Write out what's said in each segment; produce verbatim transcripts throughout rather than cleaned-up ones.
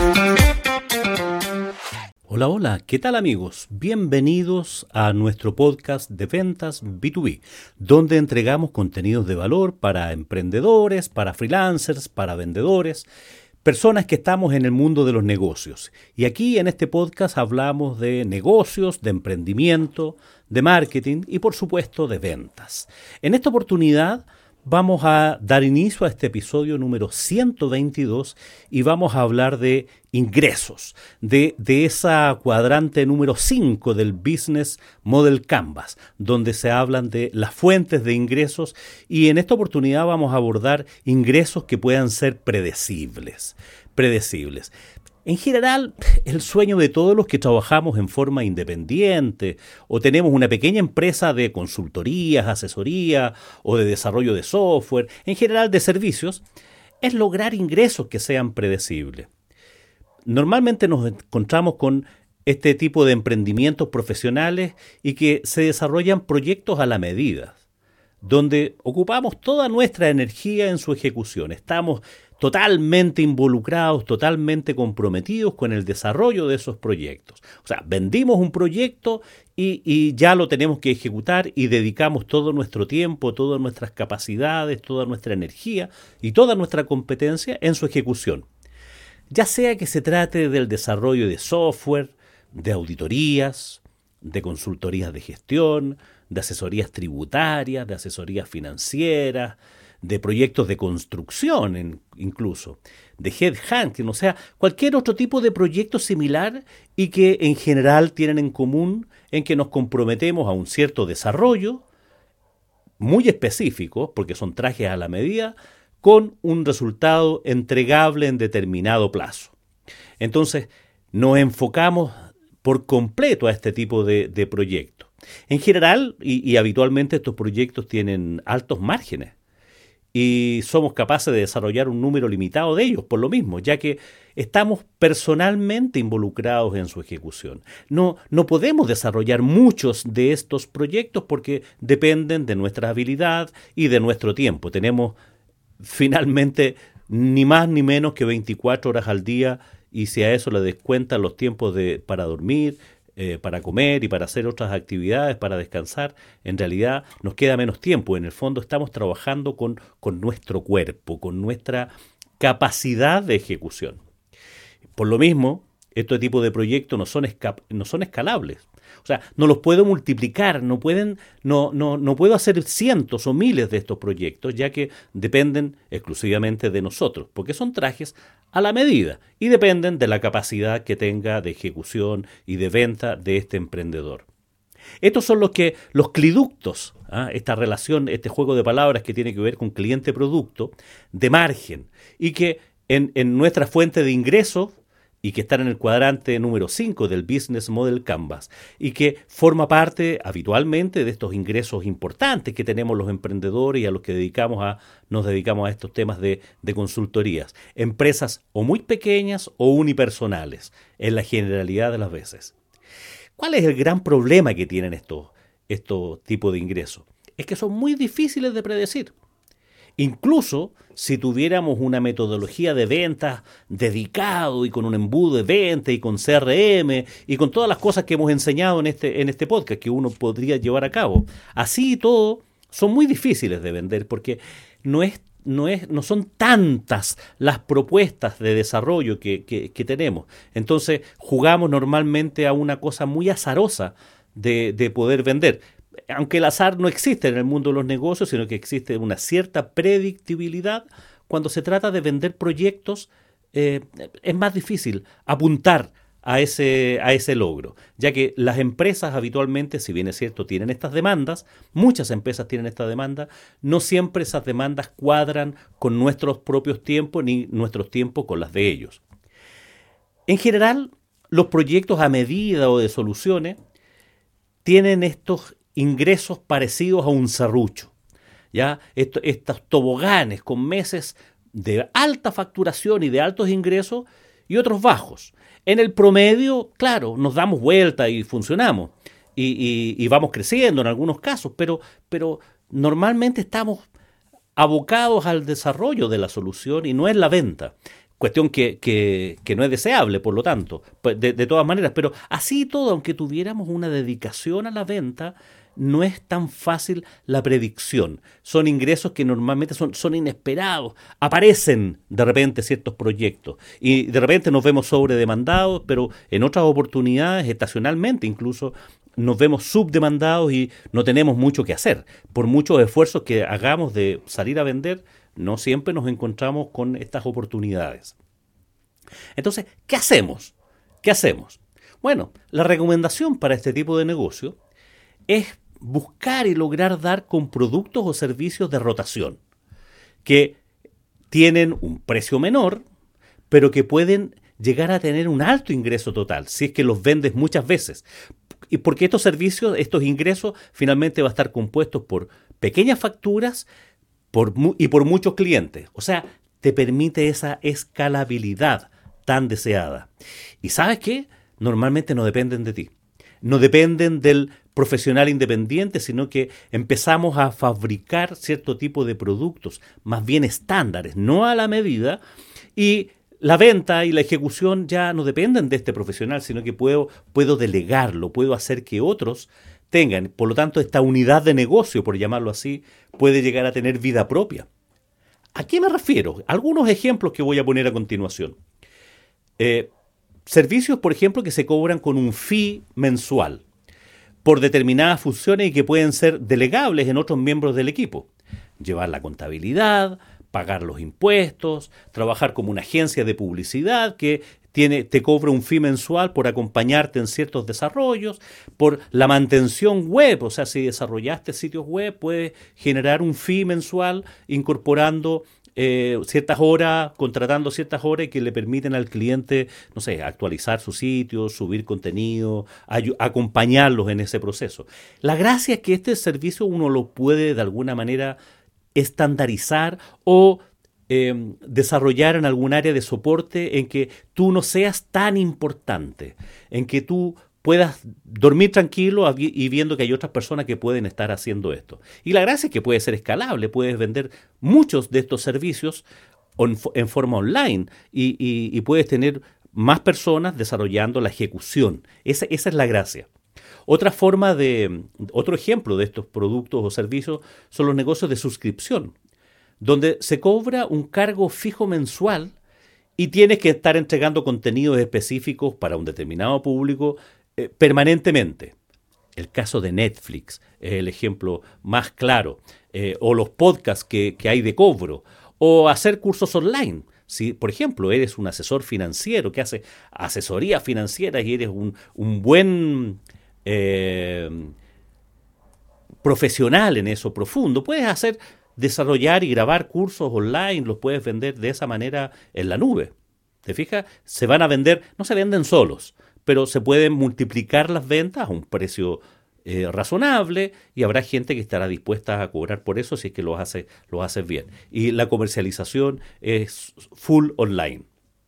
Hola, hola, ¿qué tal amigos? Bienvenidos a nuestro podcast de ventas B dos B, donde entregamos contenidos de valor para emprendedores, para freelancers, para vendedores, personas que estamos en el mundo de los negocios. Y aquí en este podcast hablamos de negocios, de emprendimiento, de marketing y por supuesto de ventas. En esta oportunidad vamos a dar inicio a este episodio número ciento veintidós y vamos a hablar de ingresos, de, de esa cuadrante número cinco del Business Model Canvas, donde se hablan de las fuentes de ingresos y en esta oportunidad vamos a abordar ingresos que puedan ser predecibles. predecibles. En general, el sueño de todos los que trabajamos en forma independiente o tenemos una pequeña empresa de consultorías, asesoría o de desarrollo de software, en general de servicios, es lograr ingresos que sean predecibles. Normalmente nos encontramos con este tipo de emprendimientos profesionales y que se desarrollan proyectos a la medida, donde ocupamos toda nuestra energía en su ejecución. Estamos totalmente involucrados, totalmente comprometidos con el desarrollo de esos proyectos. O sea, vendimos un proyecto y, y ya lo tenemos que ejecutar y dedicamos todo nuestro tiempo, todas nuestras capacidades, toda nuestra energía y toda nuestra competencia en su ejecución. Ya sea que se trate del desarrollo de software, de auditorías, de consultorías de gestión, de asesorías tributarias, de asesorías financieras, de proyectos de construcción en, incluso, de headhunting, o sea, cualquier otro tipo de proyecto similar y que en general tienen en común en que nos comprometemos a un cierto desarrollo muy específico, porque son trajes a la medida, con un resultado entregable en determinado plazo. Entonces, nos enfocamos por completo a este tipo de, de proyectos. En general, y, y habitualmente estos proyectos tienen altos márgenes y somos capaces de desarrollar un número limitado de ellos, por lo mismo, ya que estamos personalmente involucrados en su ejecución. No, no podemos desarrollar muchos de estos proyectos porque dependen de nuestra habilidad y de nuestro tiempo. Tenemos finalmente ni más ni menos que veinticuatro horas al día y si a eso le descuentan los tiempos de, para dormir, eh, para comer y para hacer otras actividades, para descansar, en realidad nos queda menos tiempo. En el fondo estamos trabajando con, con nuestro cuerpo, con nuestra capacidad de ejecución. Por lo mismo, este tipo de proyectos no son, esca- no son escalables. O sea, no los puedo multiplicar, no, pueden, no, no, no puedo hacer cientos o miles de estos proyectos, ya que dependen exclusivamente de nosotros, porque son trajes a la medida y dependen de la capacidad que tenga de ejecución y de venta de este emprendedor. Estos son los que los cliductos, ¿ah? Esta relación, este juego de palabras que tiene que ver con cliente-producto, de margen, y que en, en nuestra fuente de ingresos, y que están en el cuadrante número cinco del Business Model Canvas y que forma parte habitualmente de estos ingresos importantes que tenemos los emprendedores y a los que dedicamos a, nos dedicamos a estos temas de, de consultorías. Empresas o muy pequeñas o unipersonales, en la generalidad de las veces. ¿Cuál es el gran problema que tienen estos, estos tipos de ingresos? Es que son muy difíciles de predecir. Incluso si tuviéramos una metodología de ventas dedicado y con un embudo de venta y con C R M y con todas las cosas que hemos enseñado en este, en este podcast que uno podría llevar a cabo, así y todo son muy difíciles de vender porque no es No, es, no son tantas las propuestas de desarrollo que, que, que tenemos. Entonces jugamos normalmente a una cosa muy azarosa de, de poder vender. Aunque el azar no existe en el mundo de los negocios, sino que existe una cierta predictibilidad, cuando se trata de vender proyectos, eh, es más difícil apuntar a ese, a ese logro, ya que las empresas habitualmente, si bien es cierto, tienen estas demandas, muchas empresas tienen esta demanda, no siempre esas demandas cuadran con nuestros propios tiempos ni nuestros tiempos con las de ellos. En general, los proyectos a medida o de soluciones tienen estos ingresos parecidos a un serrucho, ¿ya? Esto, estos toboganes con meses de alta facturación y de altos ingresos y otros bajos. En el promedio, claro, nos damos vuelta y funcionamos y, y, y vamos creciendo en algunos casos, pero, pero normalmente estamos abocados al desarrollo de la solución y no en la venta. cuestión que, que, que no es deseable, por lo tanto, de, de todas maneras. Pero así y todo, aunque tuviéramos una dedicación a la venta, no es tan fácil la predicción. Son ingresos que normalmente son, son inesperados. Aparecen de repente ciertos proyectos y de repente nos vemos sobredemandados, pero en otras oportunidades, estacionalmente incluso, nos vemos subdemandados y no tenemos mucho que hacer. Por muchos esfuerzos que hagamos de salir a vender, no siempre nos encontramos con estas oportunidades. Entonces, ¿qué hacemos? ¿Qué hacemos? Bueno, la recomendación para este tipo de negocio es buscar y lograr dar con productos o servicios de rotación que tienen un precio menor, pero que pueden llegar a tener un alto ingreso total si es que los vendes muchas veces. Y porque estos servicios, estos ingresos, finalmente va a estar compuestos por pequeñas facturas por, y por muchos clientes. O sea, te permite esa escalabilidad tan deseada. ¿Y sabes qué? Normalmente no dependen de ti. No dependen del profesional independiente, sino que empezamos a fabricar cierto tipo de productos, más bien estándares, no a la medida, y la venta y la ejecución ya no dependen de este profesional, sino que puedo, puedo delegarlo, puedo hacer que otros tengan. Por lo tanto, esta unidad de negocio, por llamarlo así, puede llegar a tener vida propia. ¿A qué me refiero? Algunos ejemplos que voy a poner a continuación. Eh, servicios, por ejemplo, que se cobran con un fee mensual por determinadas funciones y que pueden ser delegables en otros miembros del equipo. Llevar la contabilidad, pagar los impuestos, trabajar como una agencia de publicidad que tiene, te cobra un fee mensual por acompañarte en ciertos desarrollos, por la mantención web, o sea, si desarrollaste sitios web, puedes generar un fee mensual incorporando eh, ciertas horas, contratando ciertas horas que le permiten al cliente, no sé, actualizar su sitio, subir contenido, ay- acompañarlos en ese proceso. La gracia es que este servicio uno lo puede de alguna manera estandarizar o eh, desarrollar en algún área de soporte en que tú no seas tan importante, en que tú puedas dormir tranquilo y viendo que hay otras personas que pueden estar haciendo esto. Y la gracia es que puede ser escalable, puedes vender muchos de estos servicios en, en forma online y, y, y puedes tener más personas desarrollando la ejecución. Esa, esa es la gracia. Otra forma de, otro ejemplo de estos productos o servicios son los negocios de suscripción, donde se cobra un cargo fijo mensual y tienes que estar entregando contenidos específicos para un determinado público eh, permanentemente. El caso de Netflix es el ejemplo más claro, eh, o los podcasts que, que hay de cobro, o hacer cursos online. Si, por ejemplo, eres un asesor financiero que hace asesorías financieras y eres un, un buen Eh, profesional en eso profundo, puedes hacer, desarrollar y grabar cursos online, los puedes vender de esa manera en la nube. ¿Te fijas? Se van a vender, no se venden solos, pero se pueden multiplicar las ventas a un precio eh, razonable y habrá gente que estará dispuesta a cobrar por eso si es que lo hace, lo haces bien. Y la comercialización es full online.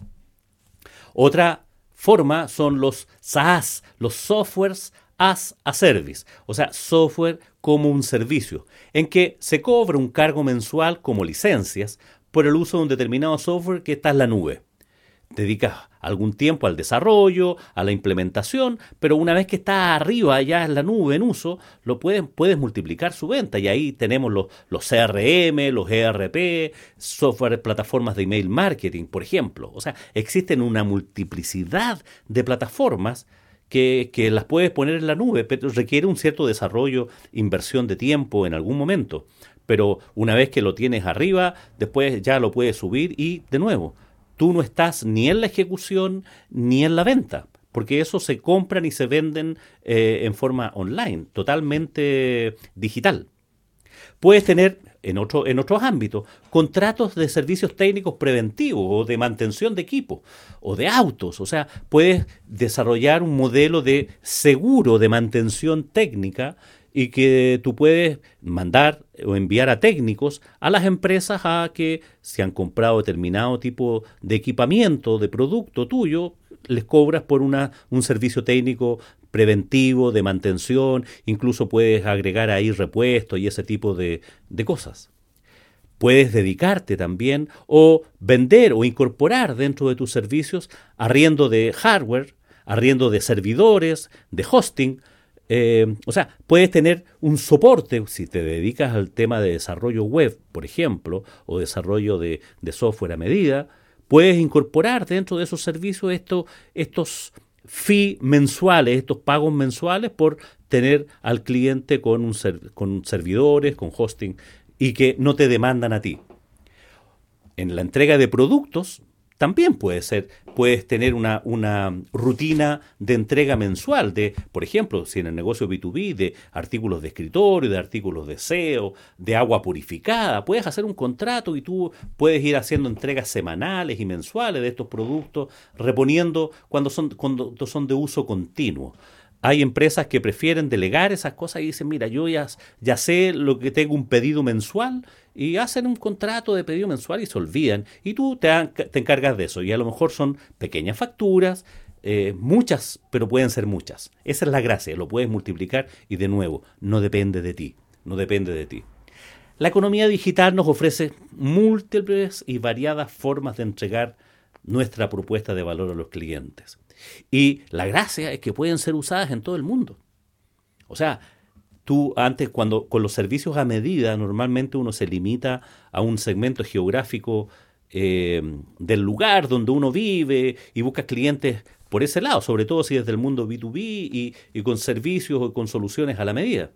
Otra forma son los SaaS, los softwares as a service, o sea, software como un servicio, en que se cobra un cargo mensual como licencias por el uso de un determinado software que está en la nube. Dedicas algún tiempo al desarrollo, a la implementación, pero una vez que está arriba ya en la nube en uso, lo puedes, puedes multiplicar su venta y ahí tenemos los, los C R M, los E R P, software, plataformas de email marketing, por ejemplo. O sea, existen una multiplicidad de plataformas que, que las puedes poner en la nube, pero requiere un cierto desarrollo, inversión de tiempo en algún momento. Pero una vez que lo tienes arriba, después ya lo puedes subir y, de nuevo, tú no estás ni en la ejecución ni en la venta, porque eso se compran y se venden eh, en forma online, totalmente digital. Puedes tener en, otro, en otros ámbitos contratos de servicios técnicos preventivos o de mantención de equipos o de autos. O sea, puedes desarrollar un modelo de seguro de mantención técnica y que tú puedes mandar o enviar a técnicos a las empresas a que si han comprado determinado tipo de equipamiento, de producto tuyo, les cobras por una, un servicio técnico preventivo, de mantención, incluso puedes agregar ahí repuestos y ese tipo de, de cosas. Puedes dedicarte también o vender o incorporar dentro de tus servicios arriendo de hardware, arriendo de servidores, de hosting. Eh, o sea, puedes tener un soporte si te dedicas al tema de desarrollo web, por ejemplo, o desarrollo de, de software a medida. Puedes incorporar dentro de esos servicios estos, estos fee mensuales, estos pagos mensuales por tener al cliente con, un ser, con servidores, con hosting y que no te demandan a ti. En la entrega de productos también puede ser, puedes tener una, una rutina de entrega mensual de, por ejemplo, si en el negocio B dos B, de artículos de escritorio, de artículos de S E O, de agua purificada, puedes hacer un contrato y tú puedes ir haciendo entregas semanales y mensuales de estos productos, reponiendo cuando son, cuando son de uso continuo. Hay empresas que prefieren delegar esas cosas y dicen, mira, yo ya, ya sé lo que tengo un pedido mensual y hacen un contrato de pedido mensual y se olvidan. Y tú te, te encargas de eso. Y a lo mejor son pequeñas facturas, eh, muchas, pero pueden ser muchas. Esa es la gracia, lo puedes multiplicar y de nuevo, no depende de ti, no depende de ti. La economía digital nos ofrece múltiples y variadas formas de entregar nuestra propuesta de valor a los clientes. Y la gracia es que pueden ser usadas en todo el mundo. O sea, tú antes, cuando con los servicios a medida, normalmente uno se limita a un segmento geográfico eh, del lugar donde uno vive y busca clientes por ese lado, sobre todo si es del mundo B dos B y, y con servicios o con soluciones a la medida.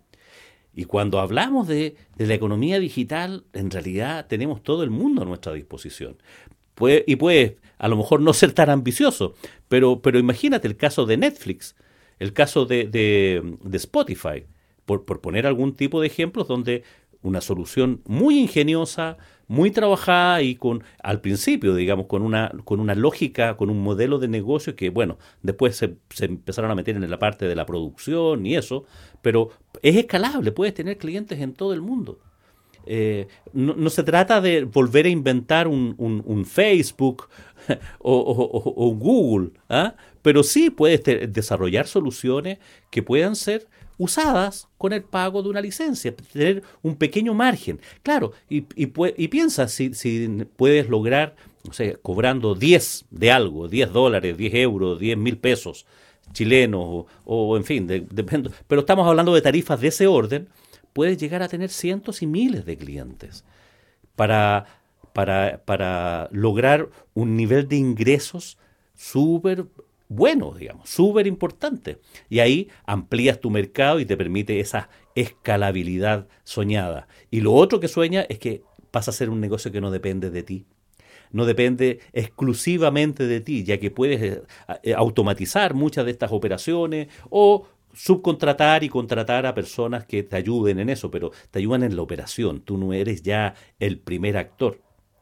Y cuando hablamos de, de la economía digital, en realidad tenemos todo el mundo a nuestra disposición. Puede, y puede a lo mejor no ser tan ambicioso, pero, pero imagínate el caso de Netflix, el caso de, de, de Spotify, por, por poner algún tipo de ejemplos donde una solución muy ingeniosa, muy trabajada y con al principio, digamos, con una, con una lógica, con un modelo de negocio que, bueno, después se, se empezaron a meter en la parte de la producción y eso, pero es escalable, puedes tener clientes en todo el mundo. Eh, no, no se trata de volver a inventar un, un, un Facebook o, o, o Google, ¿ah? Pero sí puedes te, desarrollar soluciones que puedan ser usadas con el pago de una licencia, tener un pequeño margen. Claro, y, y, y piensa si, si puedes lograr, o sea, cobrando diez de algo, diez dólares, diez euros, diez mil pesos chilenos, o, o en fin, de, depende, pero estamos hablando de tarifas de ese orden. Puedes llegar a tener cientos y miles de clientes para, para, para lograr un nivel de ingresos súper bueno, digamos, súper importante. Y ahí amplías tu mercado y te permite esa escalabilidad soñada. Y lo otro que sueña es que pasa a ser un negocio que no depende de ti. No depende exclusivamente de ti, ya que puedes eh, automatizar muchas de estas operaciones o subcontratar y contratar a personas que te ayuden en eso, pero te ayudan en la operación. Tú no eres ya el primer actor.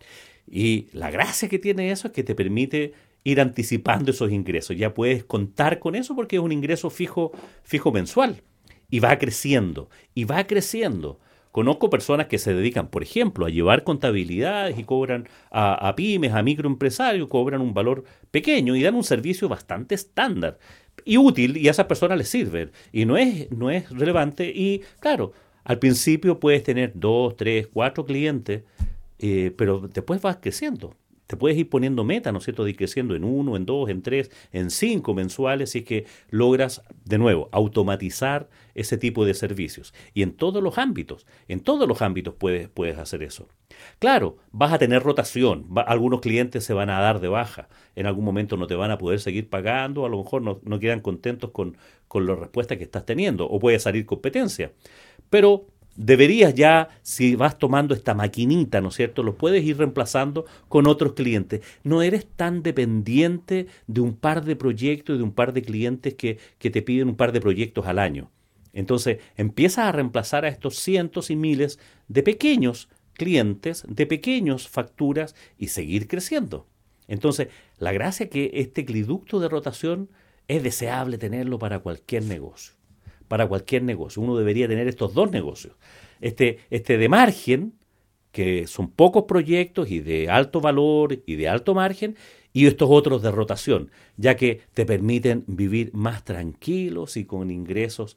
Y la gracia que tiene eso es que te permite ir anticipando esos ingresos. Ya puedes contar con eso porque es un ingreso fijo, fijo mensual. Y va creciendo, y va creciendo. Conozco personas que se dedican, por ejemplo, a llevar contabilidades y cobran a, a pymes, a microempresarios, cobran un valor pequeño y dan un servicio bastante estándar y útil, y a esas personas les sirve. Y no es, no es relevante. Y claro, al principio puedes tener dos, tres, cuatro clientes, eh, pero después vas creciendo. Te puedes ir poniendo meta, ¿no es cierto?, de ir creciendo en uno, en dos, en tres, en cinco mensuales, si es que logras, de nuevo, automatizar ese tipo de servicios. Y en todos los ámbitos, en todos los ámbitos puedes, puedes hacer eso. Claro, vas a tener rotación, va, algunos clientes se van a dar de baja, en algún momento no te van a poder seguir pagando, a lo mejor no, no quedan contentos con, con la respuesta que estás teniendo, o puede salir competencia. Pero deberías ya, si vas tomando esta maquinita, ¿no es cierto?, lo puedes ir reemplazando con otros clientes. No eres tan dependiente de un par de proyectos y de un par de clientes que, que te piden un par de proyectos al año. Entonces, empiezas a reemplazar a estos cientos y miles de pequeños clientes, de pequeñas facturas y seguir creciendo. Entonces, la gracia es que este cliducto de rotación es deseable tenerlo para cualquier negocio. Para cualquier negocio. Uno debería tener estos dos negocios. Este, este de margen, que son pocos proyectos y de alto valor y de alto margen, y estos otros de rotación, ya que te permiten vivir más tranquilos y con ingresos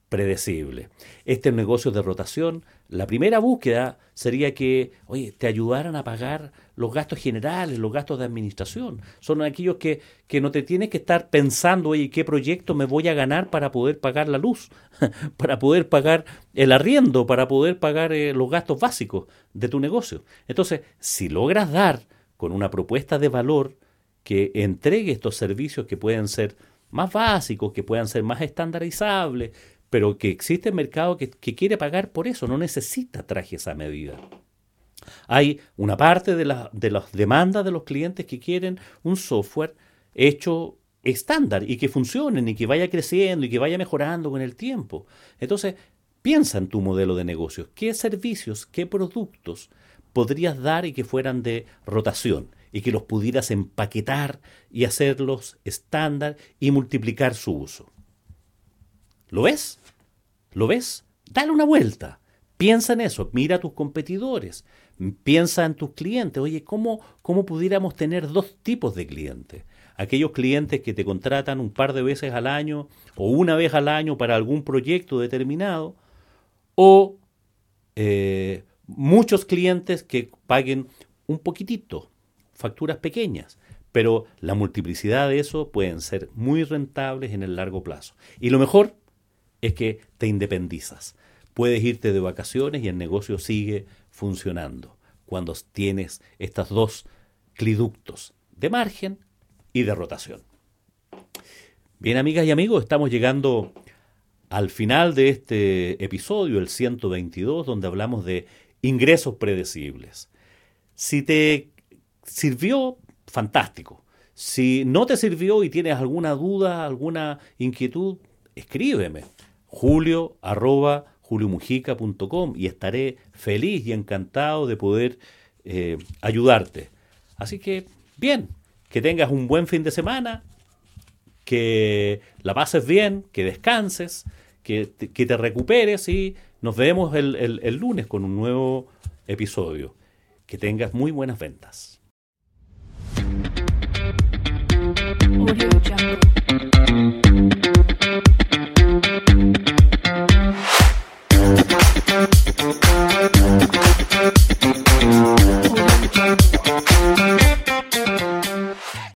predecible. Este negocio de rotación, la primera búsqueda sería que, oye, te ayudaran a pagar los gastos generales, los gastos de administración. Son aquellos que, que no te tienes que estar pensando, oye, ¿qué proyecto me voy a ganar para poder pagar la luz? Para poder pagar el arriendo, para poder pagar eh, los gastos básicos de tu negocio. Entonces, si logras dar con una propuesta de valor que entregue estos servicios que pueden ser más básicos, que puedan ser más estandarizables, pero que existe el mercado que, que quiere pagar por eso, no necesita trajes a medida. Hay una parte de, la, de las demandas de los clientes que quieren un software hecho estándar y que funcione y que vaya creciendo y que vaya mejorando con el tiempo. Entonces, piensa en tu modelo de negocio. ¿Qué servicios, qué productos podrías dar y que fueran de rotación y que los pudieras empaquetar y hacerlos estándar y multiplicar su uso? ¿Lo ves? ¿Lo ves? Dale una vuelta. Piensa en eso. Mira a tus competidores. Piensa en tus clientes. Oye, ¿cómo, cómo pudiéramos tener dos tipos de clientes? Aquellos clientes que te contratan un par de veces al año o una vez al año para algún proyecto determinado, o eh, muchos clientes que paguen un poquitito, facturas pequeñas, pero la multiplicidad de eso pueden ser muy rentables en el largo plazo. Y lo mejor es que te independizas. Puedes irte de vacaciones y el negocio sigue funcionando cuando tienes estos dos cliductos de margen y de rotación. Bien, amigas y amigos, estamos llegando al final de este episodio, el ciento veintidós, donde hablamos de ingresos predecibles. Si te sirvió, fantástico. Si no te sirvió y tienes alguna duda, alguna inquietud, escríbeme. julio arroba juliomujica punto com y estaré feliz y encantado de poder eh, ayudarte. Así que, bien, que tengas un buen fin de semana, que la pases bien, que descanses, que te, que te recuperes y nos vemos el, el, el lunes con un nuevo episodio. Que tengas muy buenas ventas. Audio Jungle.